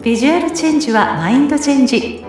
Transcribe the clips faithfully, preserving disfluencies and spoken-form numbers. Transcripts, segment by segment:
ビジュアルチェンジはマインドチェンジ。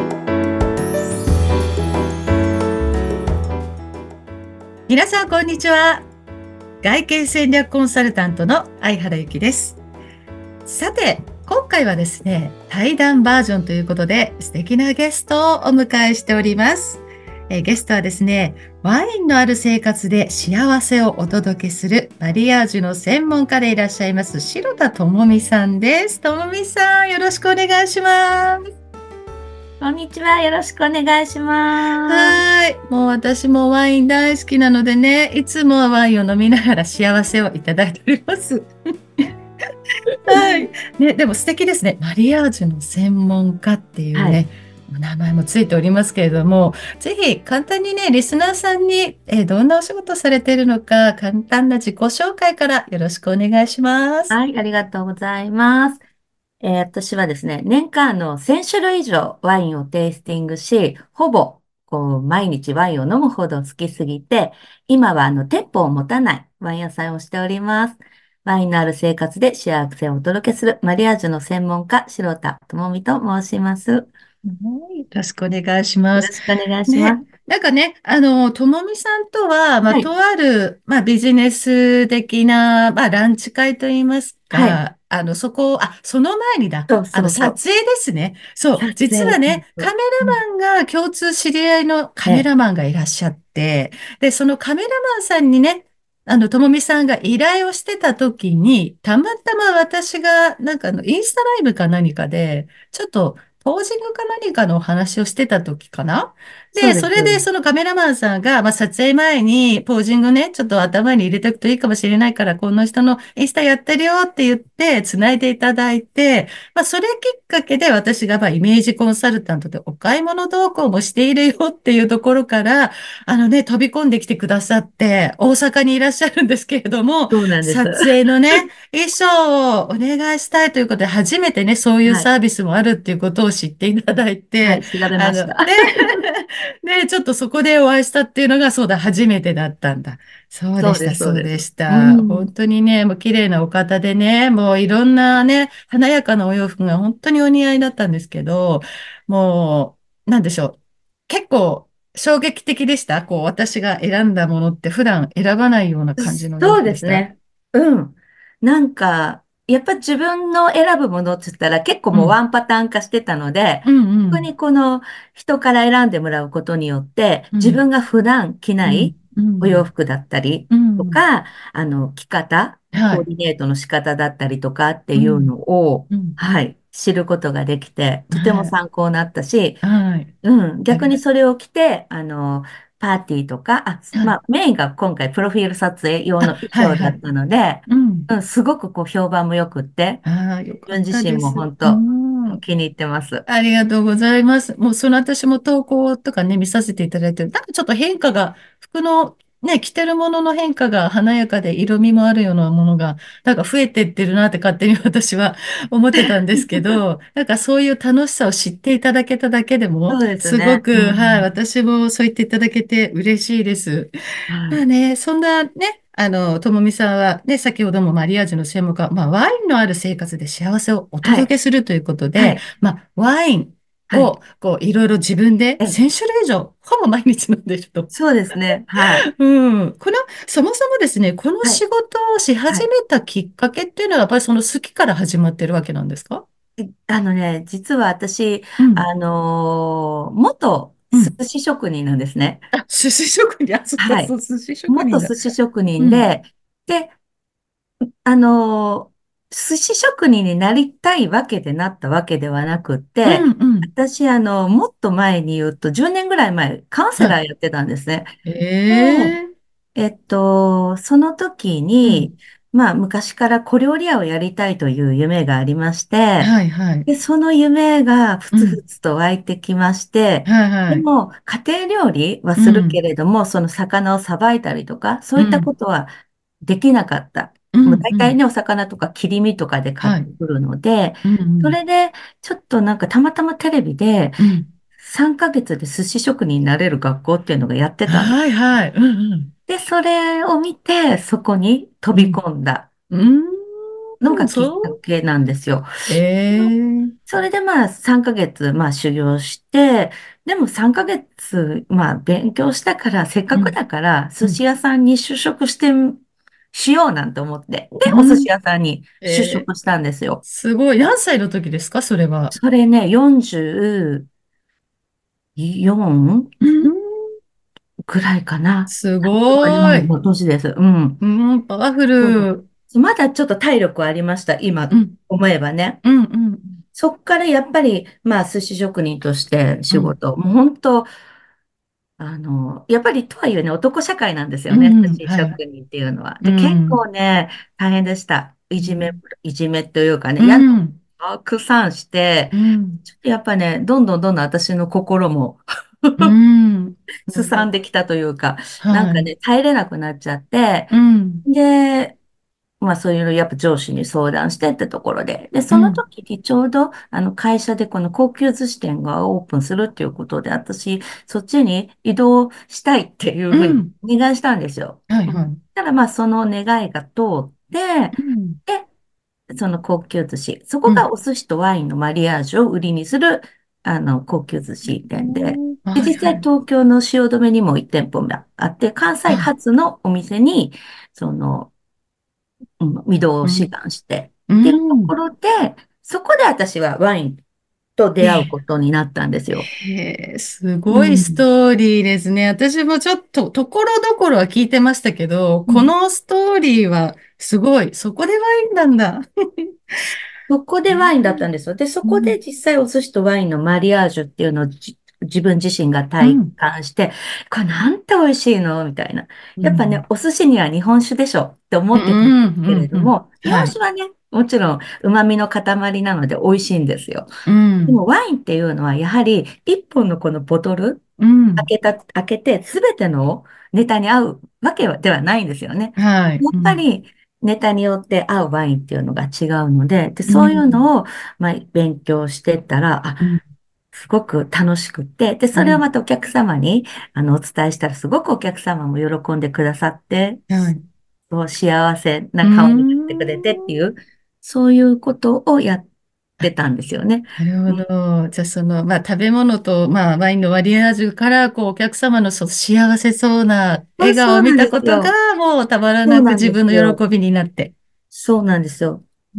皆さんこんにちは。外見戦略コンサルタントの相原由紀です。さて今回はですね、対談バージョンということで素敵なゲストをお迎えしております。えゲストはですね、ワインのある生活で幸せをお届けするマリアージュの専門家でいらっしゃいます白田智美さんです。智美さん、よろしくお願いします。 こんにちは。よろしくお願いします。 はい。もう私もワイン大好きなのでね、いつもワインを飲みながら幸せをいただいております。はい。ね、でも素敵ですね。マリアージュの専門家っていうはい。 ね、名前もついておりますけれども、ぜひ簡単にね、リスナーさんに、えーどんなお仕事されているのか、簡単な自己紹介からよろしくお願いします。 はい。ありがとうございます。えー私はですね、年間のせん種類以上ワインをテイスティングし、ほぼこう毎日ワインを飲むほど好きすぎて、今はあの店舗を持たないワイン屋さんをしております。ワインのある生活で幸せをお届けするマリアージュの専門家、白田智美と申します。よはい、よろしくお願いします。 ろしくお願いしまね、 す。 なんかね、あの、ともみさんとは、まあ、 はい。 とある、まあ、ビジネス的な、まあ、ランチ会といいますはい。 か、あの、そこ、あ、その前にだ、 そうあの、 そうそう。 撮影ですね。そう、 撮影しま実はね、カす。 メうん。 ラマンが、共通知り合いのカメええ、 ラマンがいらっしゃって、で、そのカメラマンさんにね、あの、ともみさんが依頼をしてた時に、たまたま私が、なんかあの、インスタライブか何かで、ちょっと、ポージングか何かのお話をしてた時かな。で、 そうです。 それでそのカメラマンさんが、まあ、撮影前にポージングね、ちょっと頭に入れておくといいかもしれないから、この人のインスタやってるよって言って、繋いでいただいて、まあ、それきっかけで私が、まあ、イメージコンサルタントでお買い物同行もしているよっていうところから、あのね、飛び込んできてくださって、大阪にいらっしゃるんですけれども、 そうなんです。 撮影のね、衣装をお願いしたいということで、初めてね、そういうはい。 サービスもあるっていうことを知っていただいて、 はい。調べあの、ね、 ました。 ね、ちょっとそこでお会いしたっていうのが、そうだ、初めてだったんだ。そうでした、 そうです、そうそうでです。 した。 うん。 本当にね、もう綺麗なお方でね、もういろんなね、華やかなお洋服が本当にお似合いだったんですけど、もう、なんでしょう。結構衝撃的でした。こう、私が選んだものって普段選ばないような感じのお洋そう服でした。 ですね。うん。なんか、やっぱ自分の選ぶものって言ったら結構うん。 もうワンパターン化してたので、 うん、う特ん。 にこの人から選んでもらうことによって、 うん、 自分が普段着ないうん、うお洋ん、 服だったりうん。 とか、あの、着方、 はい。 コーディネートの仕方だったりとかっていううん、 のを、 うん。 はい、知ることができて、とてもはい。 参考になったし、 はい。 うん、 ありがと逆にそれを着て、あの、パーティーとか、あ、 う。はい。 まあ、メインが今回プロフィール撮影用のあ、 衣はい、はい。 装だったので、 うん。 うん、すごくこう評判も良くって、 ああ、よ自かった分自身もです。う本当ん。 気に入ってます。 ありがとうございます。もうその私も投稿とかね、見させていただいて、なんかちょっと変化が、服のね、着てるものの変化が華やかで色味もあるようなものが、なんか増えてってるなって勝手に私は思ってたんですけど、なんかそういう楽しさを知っていただけただけでも、 そうですね。うすごく、はい、 ん。 私もそう言っていただけて嬉しいです。 はい。 まあね、そんなね、あの、ともみさんはね、先ほどもマリアージュの専門家、まあ、ワインのある生活で幸せをおはい。 届けするということで、 はい。 まあ、ワインはい。 を、こう、いろいろ自分でえ、 せん種類以上、ほぼ毎日飲んでると。 そうですね。はい。 うん。この、そもそもですね、このはい。 仕事をしはい。 始めたきっかけっていうのは、やっぱりその好きから始まってるわけなんですか？ えあのね、実は私、 うん。 あのー元うん。 寿司職人なんですね。 あ、寿司職人、あ、そっか、 はい。 そう、寿司職人だ。 元寿司職うん。 人で、で、あの、寿司職人になりたいわけでなったわけではなくっうて、 ん、うん。 私、あの、もっと前に言うと、じゅうねんぐらい前、カウンセはい。 ラーやってたんですね。で、 ええ、 えっと、その時に、 うん。 まあ、昔から小料理屋をやりたいという夢がありまして、 はい、はい。 で、その夢がふつふうん。 つと湧いてきまして、 はい、はい。 でも、家庭料理はするけうん。 れども、その魚をさばいたりとか、そういったこうん。 とはできなかった。もううん。うん。 大体ね、お魚とか切り身とかで買っはい。 てくるので、 うん。うん。 それで、ちょっとなんかたまたまテレビで、 うん。 さんかげつで寿司職人になれる学校っていうのがやってたんです。 はい、はい。うん。 で、それを見て、そこに飛びうん。 込んだ。 うん。うん。 のがきっかそう。 けなんですよ。 ええ、 それでまあさんかげつまあ修行して、でもさんかげつまあ勉強したから、せっかくうん、 だから寿うん、 司屋さんに就職してしようなんて思って、で、お寿司うん。 屋さんに就えー、 職したんですよ。 すごい。何歳の時ですか、それは？ それね、よんじゅうよんうん、 ぐらいかな。 すよごい。 んの年です。うん。 うん、パワフそうそうル。 そうまだちょっと体力ありました、今うん、 思えばね。 うん、うん、 そっからやっぱり、まあ、寿司職人としてうん、 仕事、もう本当、あの、やっぱりとはいえね、男社会なんですよね、寿うん、 司はい。 職人っていうのは。 うで、結構ん、 ね、大変でした。いじめ、 うん、 いじめというかうね、やるん、 たくさんして、 うん、 ちょっとやっぱね、どんどんどんどん私の心もうん、 すさんできたというか、なんはい。 かね、耐えれなくなっちゃって、 うん、 で、まあそういうのやっぱ上司に相談してってところで、で、そのうん、 時にちょうどあの会社でこの高級寿司店がオープンするっていうことで、私そっちに移動したいっていうふうにうん、 お願いしたんですよ。 はい、 うん。 はい。 ただまあその願いが通って、 うん、 で、その高級寿司、そうん。 こがお寿司とワインのマリアージュを売りにするあの高級寿司店で、 おー、 で、 はい、 実際はい。 東京の汐留にもいち店舗があって、関西はい。 発のお店に、その、うん、御堂を志うん、 願して、 うっていうとこん。 ろで、そこで私はワインと出会うえことになったんですよ。 へえ、すうごいスん。 トーリーですね。私もちょっと、ところどころは聞いてましたけど、 うん。 このストーリーはすごい。そこでワインなんだ。 そこでワインだったんですよ。で、そこでうん、 実際お寿司とワインのマリアージュっていうのをじ自分自身が体うん、 感して、これなんて美味しいのみたいな。 うん、 やっぱね、お寿司には日本酒でしょって思うん、 ってたんですけうん、うん。 れども、日はい。 本酒はね、もちろん旨味の塊なので美味しいんですよ。 うん、 でもワインっていうのはやはり一本のこのボトル、 うん。 開けた、開けてすべてのネタに合うわけではないんですよね。 はい。 やうん、 っぱりネタによって合うワインっていうのが違うので、で、 うそういうん、 のを、まあ、勉強してったら、あ、 うん、 すごく楽しくって、で、それをうん。 またお客様に、あの、お伝えしたら、すごくお客様も喜んでくださって、 はい。 そう幸せうーな顔になってくれてっていん。 う、そういうことをやってたんですよね。 なるほうん、 ど。じゃあ、その、まあ、食べ物と、まあ、ワインの割合味から、こう、お客様のそう幸せそうなそう笑顔を見そうなんたことが、 ですよ。 もうたまらなくそうなんで自分すよ。 の喜びになって。 そうなんですよ。 うん、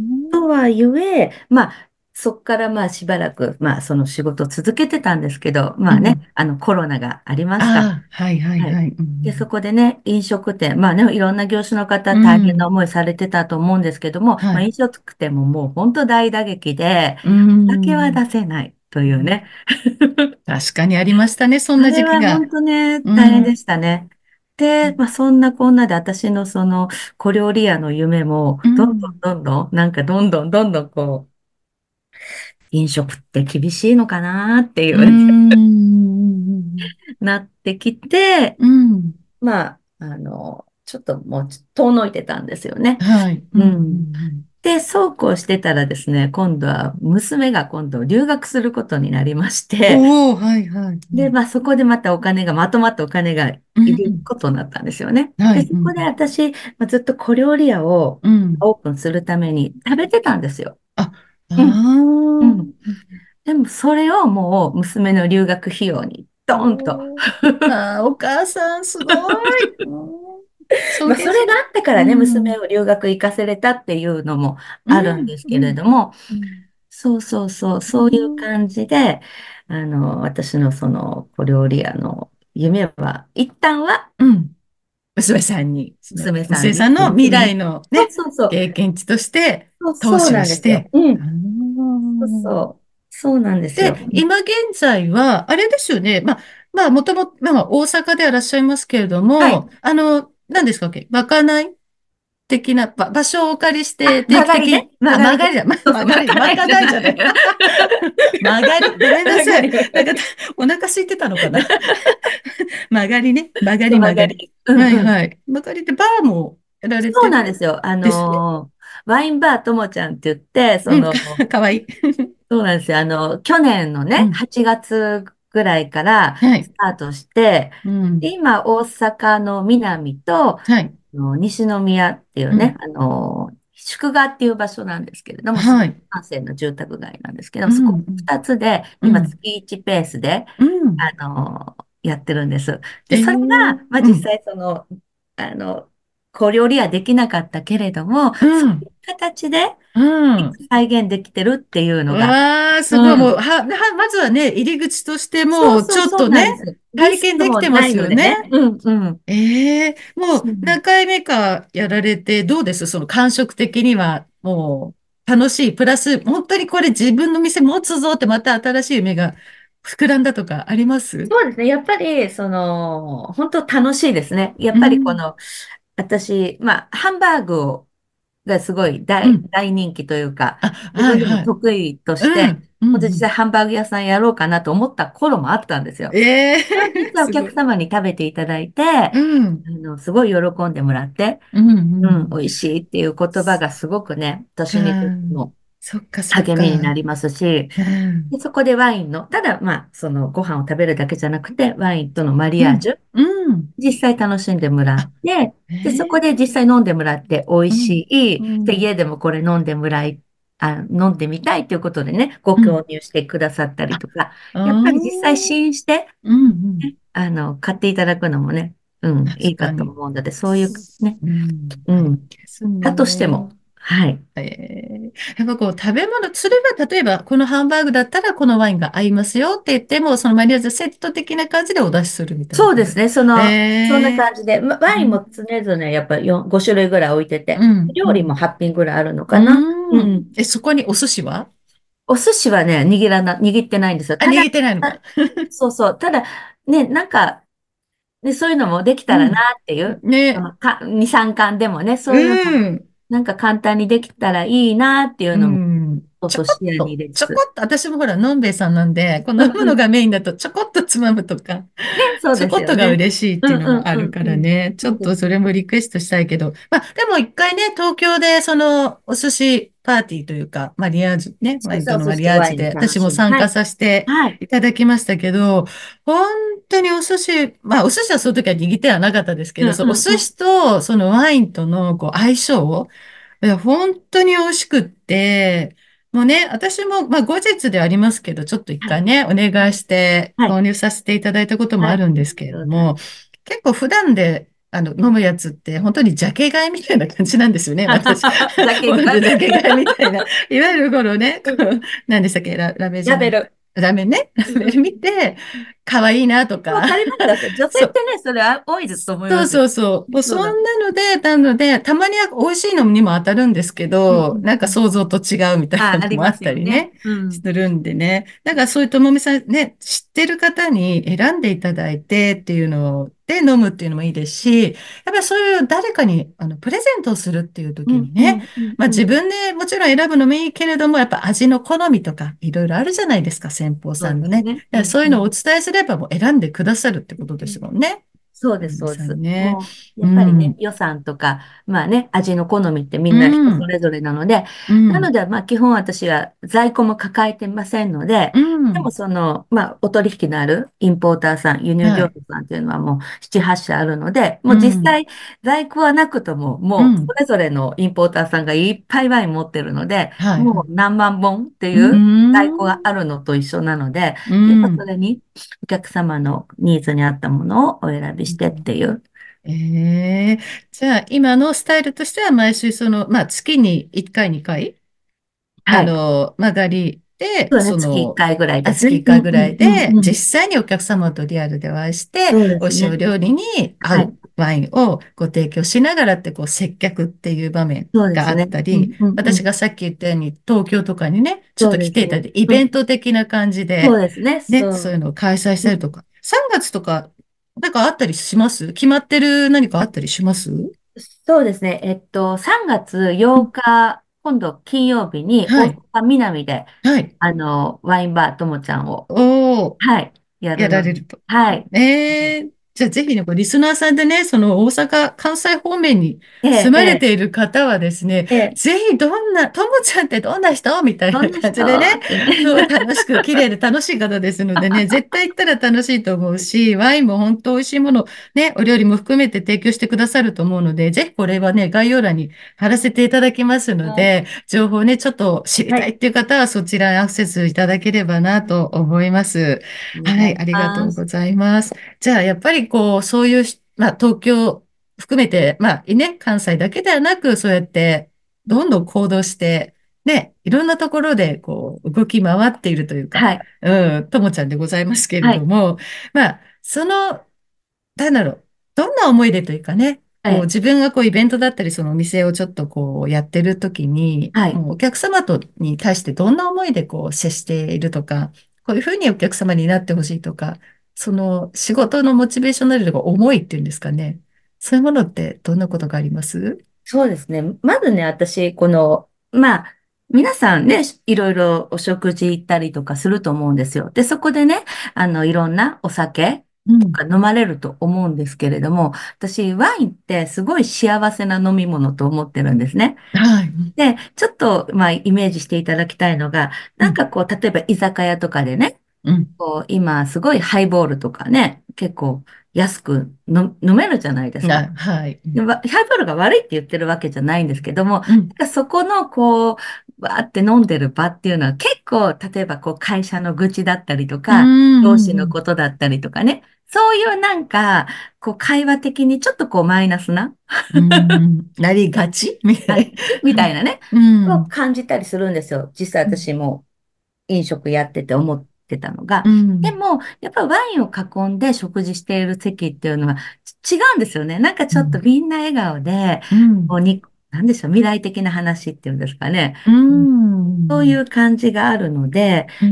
とはいえ、まあ、そっからまあしばらく、まあその仕事を続けてたんですけど、まあね、 うん。 あのコロナがありました。 ああ、はいはいはい。 はい。うで、そん、 こでね、飲食店、まあね、いろんな業種の方う大変なん。 思いされてたと思うんですけども、まあ飲はい。 食店ももう本当大打撃で、 うお酒はん。 出せないというね。 確かにありましたね、そんなあれ時期が。 は本当ね、 う大変でん。 したね。で、まあそんなこんなで私のその小料理屋の夢も、 うどんどんん。 どんどん、なんかどんどんどんどんこう、飲食って厳しいのかなっていううね、 ん。 なってきて、 うん。 まあ、あの、ちょっともう遠のいてたんですよね。 はい。うん。ううん。 ん。 で、そうこうしてたらですね、今度は娘が今度留学することになりまして、 おお、はいはい。うで、 ん。 まあそこでまたお金が、まとまったお金がういるん。 ことになったんですよね。で、 はい。 そこでうん。 私、まあ、ずっと小料理屋をうん。 オープンするために食べてたんですよ。 あ、あうん。うあ。 ん。でもそれをもう娘の留学費用にドーンとおー、あー、お母さん、すごい。うん、尊まあ、そ敬します。 れがあったかうらね、娘ん。 を留学行かせれたっていうのもあるんうん。 ですけれうん。 ども、 うん。 そうそうそう、 うそういうん。 感じで、あの、私のその小料理屋の夢は、一旦はうん、娘さんに、その娘さんに、 娘さんの未娘、 来のそうね、 そうそう、 経験値としてそう、そう投資をなんですよ。 して、 ううん、そうん、 そう、そうなんですよ。 で、今現在は、あれですよね。まあ、まあ、もともと、まあ、大阪ではいらっしゃいますけれどはい。 も、あの、何ですかっけ、まかない的な、ば場所をお借りしてあ、 定曲がりね。 期的に、あ、 曲がりね。 曲がりだ、ま、 そうそう、 曲がり、ままかないじゃかないじゃない。 ない。 曲がり、ごめんなさい。 曲がり。 なんか、お腹空いてたのかな。曲がりね。曲がそう、 り曲がり。 曲がり。うんはいうん。 はい。曲がりってバーもやられそうてるなんですよ。あですね。 のーワインバーともちゃんって言って、そうん、か、 の、 かわいい。 そうなんですよ。あの、去年のね、 うん。 はちがつぐらいからはい。 スタートして、 うん。 で今、大阪の南と、あはい。 の西宮っていうね、 うん。 あの、 宿川っていう場所なんですけれども、すごくはい。 閑静な住宅街なんですけども、そこうん、うん、 二つで、今うん、 月いちペースで、 うん。 あの、やってるんです。で、 えそれえ、 が、まあうん、 実際その、あの、小料理はできなかったけれども、 うそういん、 う形でうん。 再現できてるっていうのが、 わあ、すごい。もう、 うん。 は、は、まずはね、入り口としてもう、 そうそうそちょっとね、 うなんです。リ体スクも験できてまないのですよね。 ね。うんうん。 ええ、もうそう何回目かやられて、どうですその感触的には、もう楽しい。プラス、本当にこれ自分の店持つぞってまた新しい夢が膨らんだとかあります？ そうですね。やっぱり、その、本当楽しいですね。やっぱりこうん、 の、私、まあ、ハンバーグをがすごい大、 うん。 大人気というか、 あ、 自分でもはいはい。 得意として、 うん、うん、 本当実際うん。 ハンバーグ屋さんやろうかなと思った頃もあったんですよ。 えそれえ、 実はおすごい。 客様に食べていただいて、あうん、 の、すごい喜んでもらって、 うん、ううん、美ん。 味しいっていう言葉がすごくね、私にとっか、 てもそっかそっ励みになか。 りますし、 うん、 で、そこでワインの、ただまあ、そのご飯を食べるだけじゃなくて、ワインとのマリうん、 アージュ、 うん。 実際楽しんでもらっあ、 て、で、そこでええ、 実際飲んでもらって美味うん、 しい。で、 うん、 家でもこれ飲んでもらい、あ、飲んでみたいということでね、ごうん。 購入してくださったりあ、 とか、 あやっぱり実際ー、 試飲して、 うん、うん。 ね、あの、買っていただくのもね、うん、いいかと確かに。 思うので、そういうね、 うん、あ、いいうん、 ですだとしてね。 も、はい。 ええ、やっぱこう、食べ物、それは例えば、このハンバーグだったらこのワインが合いますよって言っても、そのマリアージュセット的な感じでお出しするみたいな感じ。 そうですね。そえの、そんなえ、 感じで、まワインもうん、 常々やっぱよん、ご種類ぐらい置いてて、 うん、う料理もん。 はっ品ぐらいあるのかな。ううーん。 ん。 え、そこにお寿司は？ お寿司はね、握らな、握ってないんですよ。 あ、 ただ、 握ってないのか。 そうそう。ただ、ね、なんか、ね、そういうのもできたらなうん。 っていう、そね。 のか、に、さん貫でもね、そういうの、 うん。 なんか簡単にできたらいいなっていううのも、 ん。ちょそうそう、視野にこっと、 入れつつ。 ちょこっと、私もほら、のんべえさんなんで、こう飲むのうんうん。 がメインだと、ちょこっとつまむとか、 ね、そうでちょこっとがすよね。 嬉しいっていうのうんうんもあるうんうん。 からね。ちょそうでっとそれもすよね。 リクエストしたいけど。まあ、でも一回ね、東京でそのお寿司パーティーというか、マリアージュね、ワそうそう、 インとのマそしてワインリアージュで、私も楽しむ。はい。 参加させてはい。 いただきましたけど、本当にお寿司、まあお寿司はその時は握ってはなかったですけど、 うんそう、おうんうん。 寿司とそのワインとのこう相性、いや、本当に美味しくって、もうね、私も、まあ後日でありますけど、ちょっと一はい。 回ね、お願いしてはい。 購入させていただいたこともはい。ああるんですりがけれども、 とうございます。 結構普段で、あの、飲むやつって、本当にジャケ買いみたいな感じなんですよね、私。 酒が、 本当ジャケ買いみたいな。いわゆるこのね、こうんう、何でしたっけ、ラ、ラベじゃない。 ラベル。 ラメね。ラうんベル見うんて、可愛いなとか。 わかりますわかる。女性そう。 ってね、それは多いですと思いそうますよ。 そうそう。もうそんそうだ。 なので、なので、たまには美味しいのにも当たるんですけうんうど、なんかんうん。 想像と違うみたいなあ、ありまのもあっすよね。 たりね、 うん。 するんでね。だからそういうともみさんね、知ってる方に選んでいただいてっていうので飲むっていうのもいいですし、やっぱりそういう誰かにあのプレゼントをするっていううんう時にね、 んうんまあうん。 自分でもちろん選ぶのもいいけれども、やっぱ味の好みとかいろいろあるじゃないですか、先方そさんのね。だうですね。うからそういうのをおんうん。 伝えすればもう選んでくださるってことでうんすもんね。 そうです、 ともみさんそうです。 ね。 もう、やうっぱりね、 ん。 予算とか、まあね、味の好みってみうんな人そん。 れぞれなので、 うん。 なので、まあ基本私は在庫も抱えてませんので、 うでもん。 その、まあお取引のあるインポーターさん、輸入業はい。 者さんっていうのはもうなな、はち社あるので、もうん。 う実際在庫はなくとも、もうそうん。 れぞれのインポーターさんがいっぱいワイン持ってるので、 はい。はい。 もう何万本ってういう在庫がん。 あるのと一緒なので、 うやっぱそん。 れにお客様のニーズに合ったものをお選びしてっていう。 ええ、じゃあ、今のスタイルとしては、毎週、その、まあ、月にいっかい、にかい、あはい。 の、曲がりで、 そうね、月1 その、 回ぐらいであ、 すね。 月1 うん回ぐらいうんうんで、 うん。 実際にお客様とリアルでお会いして、 そうで美味しいおすね。 料理に合はい。 うワインをご提供しながらって、こう、接客っていう場面があっそうですね。 たり、 うんうんうん。 私がさっき言ったように、東京とかにね、ちょっとそうですね。 来ていただいて、イうん。 ベント的な感じで、 そうですね。 ね、 そう。 そういうのを開催しうんたりとか、さんがつとか、なんかあったりします？決まってる何かあったりします？ そうですね。えっと、さんがつ8 うん、 日、今度金曜日に大はい、 阪南で、 はい。 あの、ワインバーともちゃんを、 おー、 はい、ややるので、 られると。 はい。 ええ、 じゃあぜひね、こうリスナーさんでね、その大阪、関西方面にええ、 住まれえている方はですね、 え、ええ、 ぜひどんな、ともちゃんってどんな人みたいなどんな感じでね、 人ってね。 そう、楽しく、綺麗で楽しい方ですのでね、絶対行ったら楽しいと思うし、ワインも本当美味しいもの、ね、お料理も含めて提供してくださると思うので、ぜひこれはね、概要欄に貼らせていただきますのはい。 で、情報ね、ちょっと知りはい。 たいっていう方はそちらにアクセスいただければなと思います。はい、 お願いしありがとます。 うございます。じゃあ、やっぱりこう、そういうし、まあ、東京含めて、まあ、ね、関西だけではなく、そうやって、どんどん行動して、ね、いろんなところで、こう、動き回っているというか、 はい。 うん、ともちゃんでございますけれはい。 ども、まあ、その、なんだろう、どんな思い出というかね、こう、 ええ、 自分がこう、イベントだったり、そのお店をちょっとこう、やってる時に、 はい。 もうお客様と、に対してどんな思いでこう、接しているとか、こういうふうにお客様になってほしいとか、その仕事のモチベーションなりとか思いっていうんですかね。そういうものってどんなことがあります？ そうですね。まずね、私、この、まあ、皆さんね、いろいろお食事行ったりとかすると思うんですよ。で、そこでね、あの、いろんなお酒うん。 とか飲まれると思うんですけれども、私、ワインってすごい幸せな飲み物と思ってるんですね。 はい。 で、ちょっと、まあ、イメージしていただきたいのが、 うん。 なんかこう、例えば居酒屋とかでね、 うん。 こう、今、すごいハイボールとかね、結構安くの飲めるじゃないですか。 あ、はい。うでん。 わハイボールが悪いって言ってるわけじゃないんですけども、なんうん。 かそこの、こう、わーって飲んでる場っていうのは結構、例えばこう、会社の愚痴だったりとうか、上司のん。 ことだったりとかね、そういうなんか、こう、会話的にちょっとこう、マイナスな、 うん。なりがちみたあれい。 みたいなね、 うん。 を感じたりするんですよ。実際うん。 私も飲食やってて思ってたのが。 うん。 でも、やっぱワインを囲んで食事している席っていうのはち違うんですよね。なんかちょっとみんな笑顔で、 うん。 こうに、なんでしょう、未来的な話っていうんですかね。 ううんそういん。 う感じがあるので、 うん。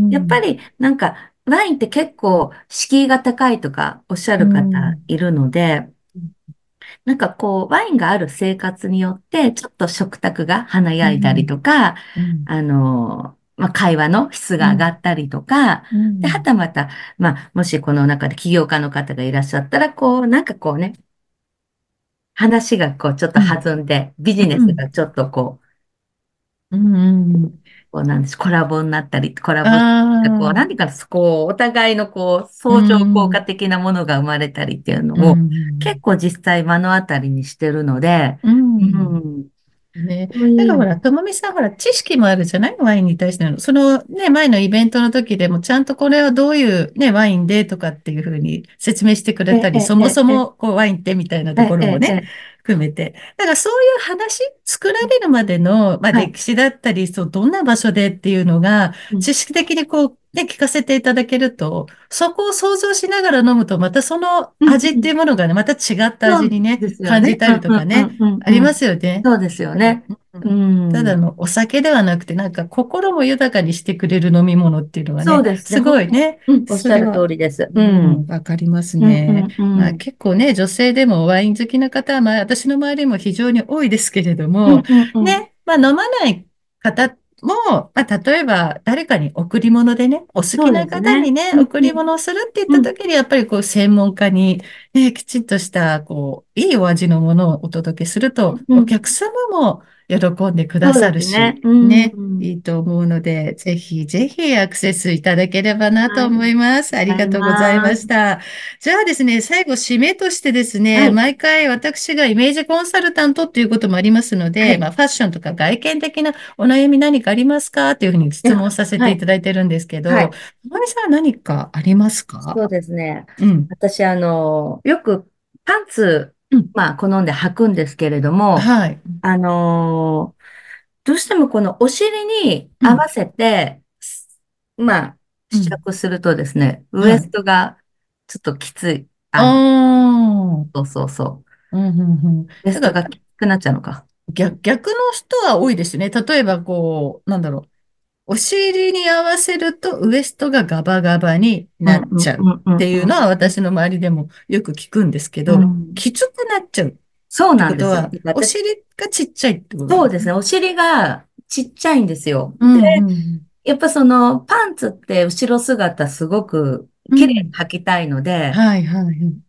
やっぱりなんかワインって結構敷居が高いとかおっしゃうる方ん。 いるので、なんかこう、ワインがある生活によって、ちょっと食卓が華やいだりうん。 とか、 うん。 あの、まあ、会話の質が上がうん。 ったりとか、で、はうん。 たまた、まあ、もしこの中で起業家の方がいらっしゃったら、こう、なんかこうね、話がこう、ちょっとうん。 弾んで、ビジネうん。 スがちょっとこう、 うん。 こうなんです、コラボになったり、コラあボ、こう、なんあ。 ていうか、こう、お互いのこう、 う相乗効果ん。 的なものが生まれたりっていううのを、結ん。 構実際目の当たりにしてるので、 ううん。 ん、 ね。 そういう意味だからほら、ともみさんほら、知識もあるじゃないワインに対しての。そのね、前のイベントの時でも、ちゃんとこれはどういうね、ワインでとかっていうふうに説明してくれえ、 たり、 え、 そもえ、え、 そもこうワインってみたいなとこえ、え、 ろもね、 え、 含めて。だからそういう話、作られるまでの、まあはい。 歴史だったり、そう、どんな場所でっていうのが、 うん、 知識的にこう、ね、聞かせていただけると、そこを想像しながら飲むと、またそのうん、 味っていうん。 うものがね、また違ったそう味にね、 ですよね。 感じたりうん、うん、うとかね、 ん、うん、 ありまうん。 すよね。 そうですよね。 うんうん。 ただのお酒ではなくて、なんか心も豊かにしてくれる飲み物っていうのはね、 そうですね。 す本当に。 ごいね、 うん、おっしゃる通それは、 りです。ううん、 ん。 わかりますうん、うね。 ん、うまあん。 結構ね、女性でもワイン好きな方は、まあ私の周りも非常に多いですけれどうん、 も、 うん、うん。 ね、まあ飲まない方も、まあ例えば誰かに贈り物でね、お好そうきなですね。 方にね、 うん、 贈りうん、 物をするって言ったうん。 時に、やっぱりこう専門家に、ね、きちっとした、こう、いいお味のものをお届けすると、 うん、うん。 お客様も喜んでくだそうさですね。 るし、 うん。 ね、いいと思うので、ぜひぜひアクセスいただければなとはい。 思います。ありございがとうございます。 ました。じゃあですね、最後締めとしてですね、 はい。 毎回私がイメージコンサルタントっていうこともありますので、まはい。 あファッションとか外見的なお悩み何かありますかっていうふうにいや、 質問させていたはい。 だいてるんですけど、 はい。 まみさんは何かありますか？ そうですね。 うん。 私、あの、よくパンツ、 うん。 まあ、好んで履くんですけれども、 はい。 あの、どうしてもこのお尻にうん。 合わせて、まあ、試うん。 着するとですね、ウエスはい。 トがちょっときつい。 ああの、 あ。 そうそうそう。 うん、うん、うん。 ウエストだからがきつくなっちゃうのか。 逆、逆の人は多いですね。例えば、こう、なんだろう。お尻に合わせるとウエストがガバガバになうんうんっちゃううんうんっていうのはうん。 私の周りでもよく聞くんですけうど、 ん。 きつくなっちゃうっそうてなんですよ。 ことは、 だから私、 お尻がちっちゃいってことなんですね。 そうですね。お尻がちっちゃいんですよ。で、 うん、うん、 やっぱそのパンツって後ろ姿すごく綺麗にうん。 履きたいので、 はい、はい。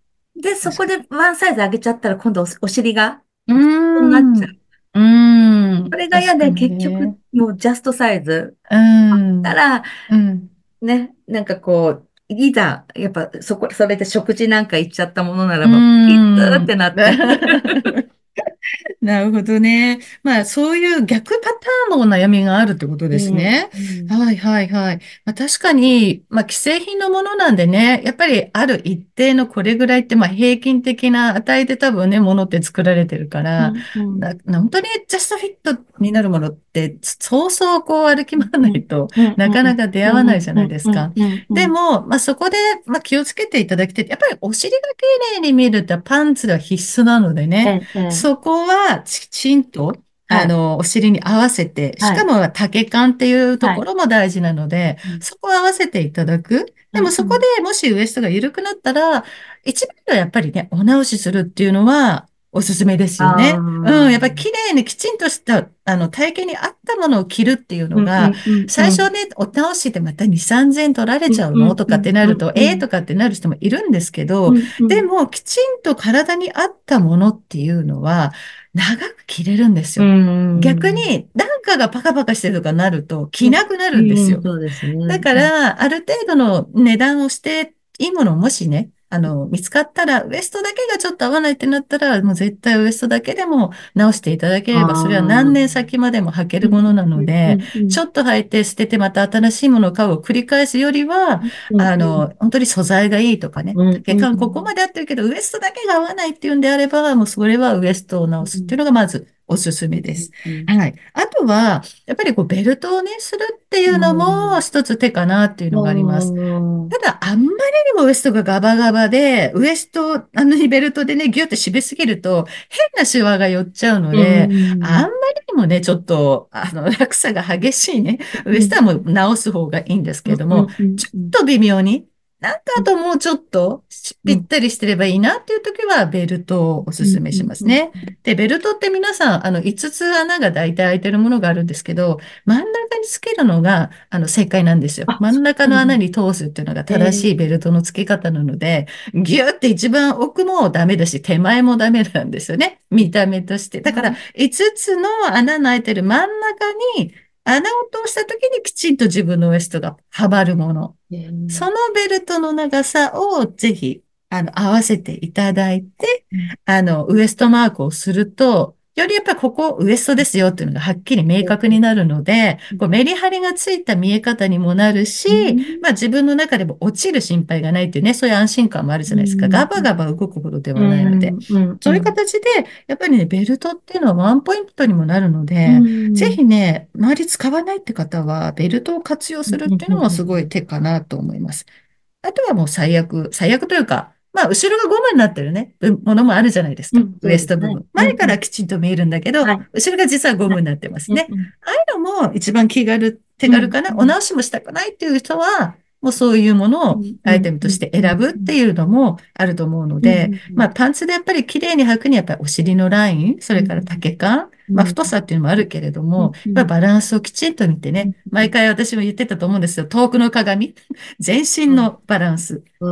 で、そ確かこでワンサイズ上げちゃったら今度お、お尻が、 に。うそうなっちゃう。 ーん。うーん。 それが嫌で、 確かに結局、 ね。 もうジャストサイズうーん。 たら、 うん。 ね、なんかこう、いざ、やっぱそこ、それで食事なんか行っちゃったものなうーらば、いつっん。 てなって。 なるほどね。まあ、そういう逆パターンのお悩みがあるってことですうん、 ね。 うん、 はいはいはい。まあ、確かに、まあ、既製品のものなんでね、やっぱりある一定のこれぐらいって、まあ、平均的な値で多分ね、ものって作られてるから、 うん、うん、 な、本当にジャストフィットになるものって、そうそうこう歩き回らうん、 ないとうん、 なかなか出会わないじゃうん、うん、 ないですか。 うん、うん、うん、 でも、まあ、そこで、まあ、気をつけていただきたい。やっぱりお尻が綺麗に見えるってパンツが必須なのでね。 ええ、ええ、 そこはきちんと、 はい、 あの、お尻に合わせて、しはい、 かも丈感っていうとはい、 ころも大事なので、 うん、 そこを合わせていただく。 うん、 でもそこうん、 でもしウエストが緩くなったら、一番はやっぱりね、お直しするっていうのはおすすめですあよね。うん、やっぱりあ、 綺麗にきちんとした、あの、体型に合ったものを着るっていううん、うのが、 ん、うん、うん、 最初ね、お直しでまたに、さんぜん取られうん、 ちゃううん、 のとかってうん、うん、 なると、 うん、 ええとかってなる人もいるんですけど、 うん、うん、 でも、きちんと体に合ったものっていうのは、長く着れるんですうよ。逆ん、 に、なんかがパカパカしてるとかなると、着うん、 なくなるんですうん、 よ。 そうですね。 だかうん、 ら、ある程度の値段をして、いいものをもしね、あの、見つかったら、ウエストだけがちょっと合わないってなったら、もう絶対ウエストだけでも直していただけあれば、それはあ、 何年先までも履けうん、 るものなのうん、うで、 ん、うん、 ちょっと履いて捨ててまた新しいものを買うを繰り返すよりは、 うん、うん、 あの、本当に素材がいいとかね、 うん、う丈感ここん、 まで合ってるけど、ウエストだけが合わないっていうんであれば、もうそれはウエストを直すっていうのがまずおすすめです。 うん、 はい。あとは、やっぱりこうベルトをね、するっていううのもん、 一つ手かなっていううのがあります。 ん、 ただ、あんまりにもウエストがガバガバで、ウエスト、あのベルトでね、ギュッて締めすぎると、変なシワが寄っちゃうのうで、あんまん、 りにもね、ちょっと、あの、落差が激しいね、ウエストはもう直す方がいいんですけれども、 うん、うん、 ちょっうん、 と微妙に、なんかあともうちょっとぴうん、 ったりしてればいいなっていう時は、ベルトをおうん、 すすめうん、うん、 しますね。で、ベルトって皆さん、あの、いつつ穴が大体開いてるものがあるんですけど、真ん中につけるのが、あの、正解なんですよ。 あ、 真ん中の穴そうなんだ。 に通すっていうのがえ正しいベー、 ルトの付け方なので、ギューって一番奥もダメだし、手前もダメなんですよね。見た目として。だから、いつつの穴の開いてる真ん中に穴を通した時にきちんと自分のウエストがはまるもの。 えー、 そのベルトの長さをぜひ、あの、合わせていただいて、 うん、 あの、ウエストマークをすると、よりやっぱりここウエストですよっていうのがはっきり明えー、 確になるので、 うん、 こうメリハリがついた見え方にもなるし、 うん、 まあ自分の中でも落ちる心配がないっていうね、そういう安心感もあるじゃないですか。ガバガバ動くほどでうはないので。 ん、うん、 そういううん、 形で、やっぱりね、ベルトっていうのはワンポイントにもなるのうで、ぜん、 ひね、周り使わないって方は、ベルトを活用うん、 するっていうのもすごいうん、 手かなと思います。あとはもう最悪、最悪というか、まあ、後ろがゴムになってるね、ぶものもあるじゃないですか。 うん、 ウそうですね。 エスト部分。 うん、 前からうん、 きちんと見えるんだけど、 はい、 後ろが実はゴはい、 ムになってますうん、 ね。 うん、 ああいうのも一番気軽、手うん、 軽かな。おうん、 直しもしたくないっていう人は、もうそういうものをうん、うん、 アイテムとうん、 して選ぶっていうのもあると思うのうん、うで、まあ、 ん、 パンツでやっぱり綺麗に履くにはやっぱりお尻のライン、それからうん、 丈感、まあ、 うん、 太さっていうのもあるけれども、やっうん、うん、 ぱりバランスをきちんと見てうん、 ね、毎回私も言ってたと思うんですよ。遠くの鏡、全身のバランス。 うん、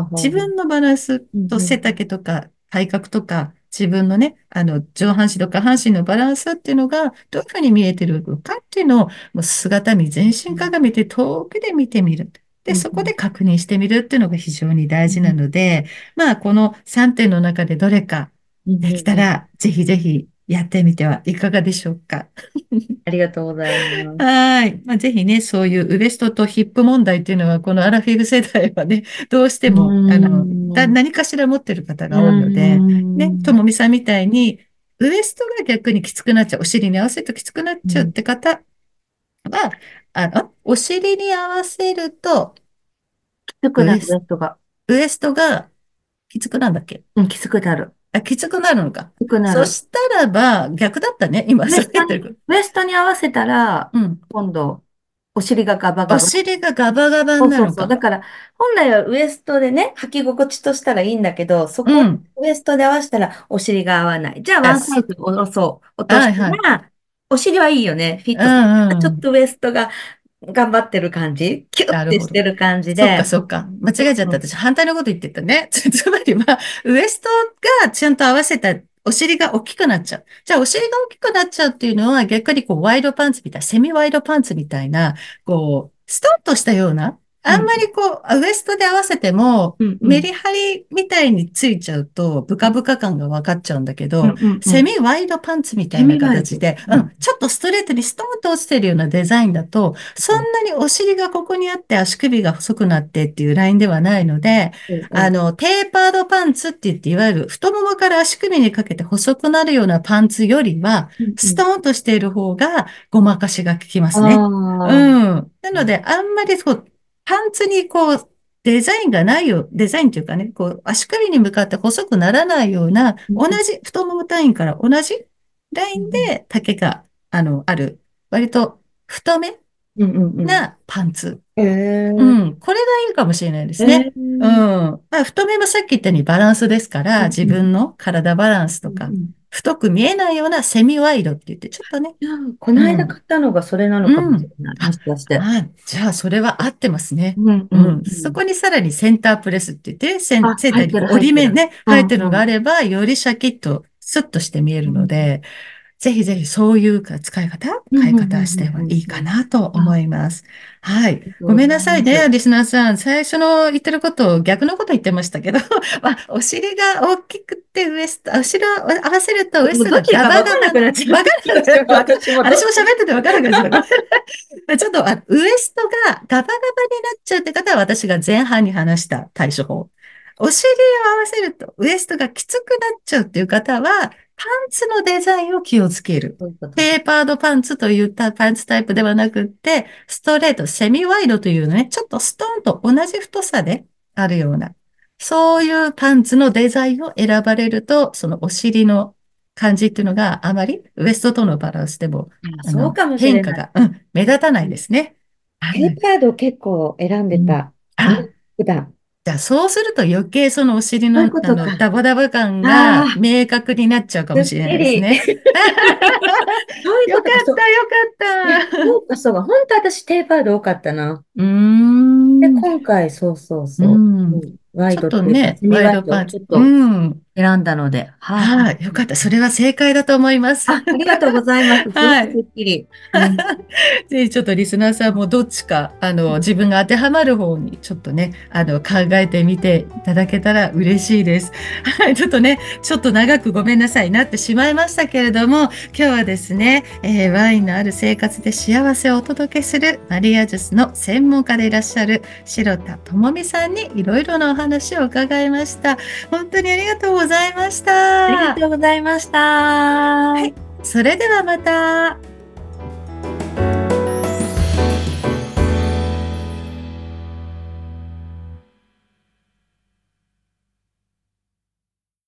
自分のバランスうん、 と背うん、 丈とか体格とか自分のね、あの上半身と下半身のバランスっていうのがどういうふうに見えてるのかっていうのをもう姿見、全身鏡で遠くで見てみる。で、 うん、 そこで確認してみるっていうのが非常に大事なうん、 ので、まあ、このさんてんの中でどれかうん、 できたうん、 ら、ぜひぜひやってみてはいかがでしょうか。 ありがとうございます。 はい。まあ、ぜひね、そういうウエストとヒップ問題っていうのは、このアラフィフ世代はね、どうしうーても、あの、だ、 ん、 何かしら持ってる方うーが多いので、ね、とん、 もみさんみたいに、ウエストが逆にきつくなっちゃう、お尻に合わせるときつくなっちゃうっうん、 て方は、あの、お尻に合わせると、 きつくなる、ウエウエス、 ストが。 ウエストがきつくなんだっけ？ うん、きつくなる。 あ、きつくなるのか。 きつくなる。 そしたらば、逆だったね。今、 ウエそうストに、 言ってる。 ウエストに合わせたら、 うん。 今度、お尻がガバおガバ。 尻がガバガバそうそうそう。 になるのか。 だから、本来はウエストでね、履き心地としたらいいんだけど、そこ、 うん。 ウエストで合わせたらお尻が合わない。じゃあ、ワあ、 ンサイすズ落とそう。落としはいはい。 たら、お尻はいいよね。フィッうトする。 んうん。 ちょっとウエストが頑張ってる感じ、キュッなるほど。 てしてる感じそっかで、 そっか。間違えちゃった。 そうそう私反対のこと言ってたね。つつまりまあ、ウエストがちゃんと合わせたお尻が大きくなっちゃう。じゃあお尻が大きくなっちゃうっていうのは逆にこうワイドパンツみたいな、セミワイドパンツみたいな、こう、ストンとしたような、あんまうんりこう、ウエストで合わせても、 うんうん。 メリハリみたいについちゃうと、ブカブカ感が分かっちゃうんだけど、 うんうんうん。 セミワイドパンツみたセいなミワイド。 形で、うん、 うん。 ちょっとストレートにストンと落ちてるようなデザインだと、そんなにお尻がここにあって足首が細くなってっていうラインではないので、 うんうん。 あの、テーパードパンツって言って、いわゆる太ももから足首にかけて細くなるようなパンツよりは、 うんうん。 ストーンとしている方がごまかしが効きまあすね。うあ。 ん。なので、あんまりそう、パンツにこう、デザインがないよ、デザインっていうかね、こう、足首に向かって細くならないような、同うんうんじ太ももラインから同じラインで丈が、あの、ある、割と太めうんうんうん。 なパンツ。 ええうん。これがいいかもしれないですえね。うん。 えまあ、太めもさっき言ったようにバランスですから、自うんうん分の体バランスとか、 うんうん。 太く見えないようなセミワイドって言って、ちょっとね、 いや、この間うん。 買ったのがそれなのかもうん。 しれない。もあ、 しかして。 あ、じゃあ、それは合ってますね。 うんううん。 んうん。 そこにさらにセンタープレスって言って、セン、 あ、入ってるセンターにこう入ってる。 折り目ね、 う入ってるのがあんうん。 れば、よりシャキッと、スッとして見えるのうんで、ぜひぜひそういうか使い方、 うんうんう買い方してもんうんいいかなとうん。あ、 思います。はい。ごありがとうござめんなさいね、 います。 リスナーさん。最初の言ってることを逆のこと言ってましたけど、まあ、お尻が大きくてウエスト、後ろを合わせるとウエストがもうどっちガバガバ、 かわかんなくなっちゃっわかる。 た。私もど私もっち。 喋っててわからなくなっちゃった。ちょっとあ、ウエストがガバガバになっちゃうって方は私が前半に話した対処法。お尻を合わせるとウエストがきつくなっちゃうっていう方は、パンツのデザインを気をつける。 そういうことか。 テーパードパンツといったパンツタイプではなくって、ストレート、セミワイドというね、ちょっとストーンと同じ太さであるような、そういうパンツのデザインを選ばれると、そのお尻の感じっていうのがあまりウエストとのバランスでもあ、 あの、 そうかもしれない。 変化が、うん、目立たないですね。はい。 テーパード結構選んうん。 でたかな、 あ、 普段。 じゃあそうすると余計そのお尻そういうの、あの、 ことか。 ダボダボ感がああ、 明確になっちゃうかもすっしれないですきり。 ね。 そういうよかことか。そう。 った、よいや、 かった。 そうか、そうか。本当私テーパード多かったな。 うーで、 ん。 今回、そうそううそう。うん。 ん、ワイちょっドっていうか、 とね、 セミワイワイド、 ドパンツ。うちょっとん。 選んだので。はあ、ははい。よかった。それは正解だと思います。 あ。あ、ありがとうございます。すごくすはい。 っきり。うん。 ぜひちょっとリスナーさんもどっちか、あの、自分が当てはまる方にちょっとね、あの、考えてみていただけたら嬉しいです。はい。ちょっとね、ちょっと長くごめんなさいなってしまいましたけれども、今日はですね、えーワインのある生活で幸せをお届けするマリアジュスの専門家でいらっしゃる白田智美さんにいろいろなお話を伺いました。本当にありがとうございましありがた。 とうございました。 はい。それではまた。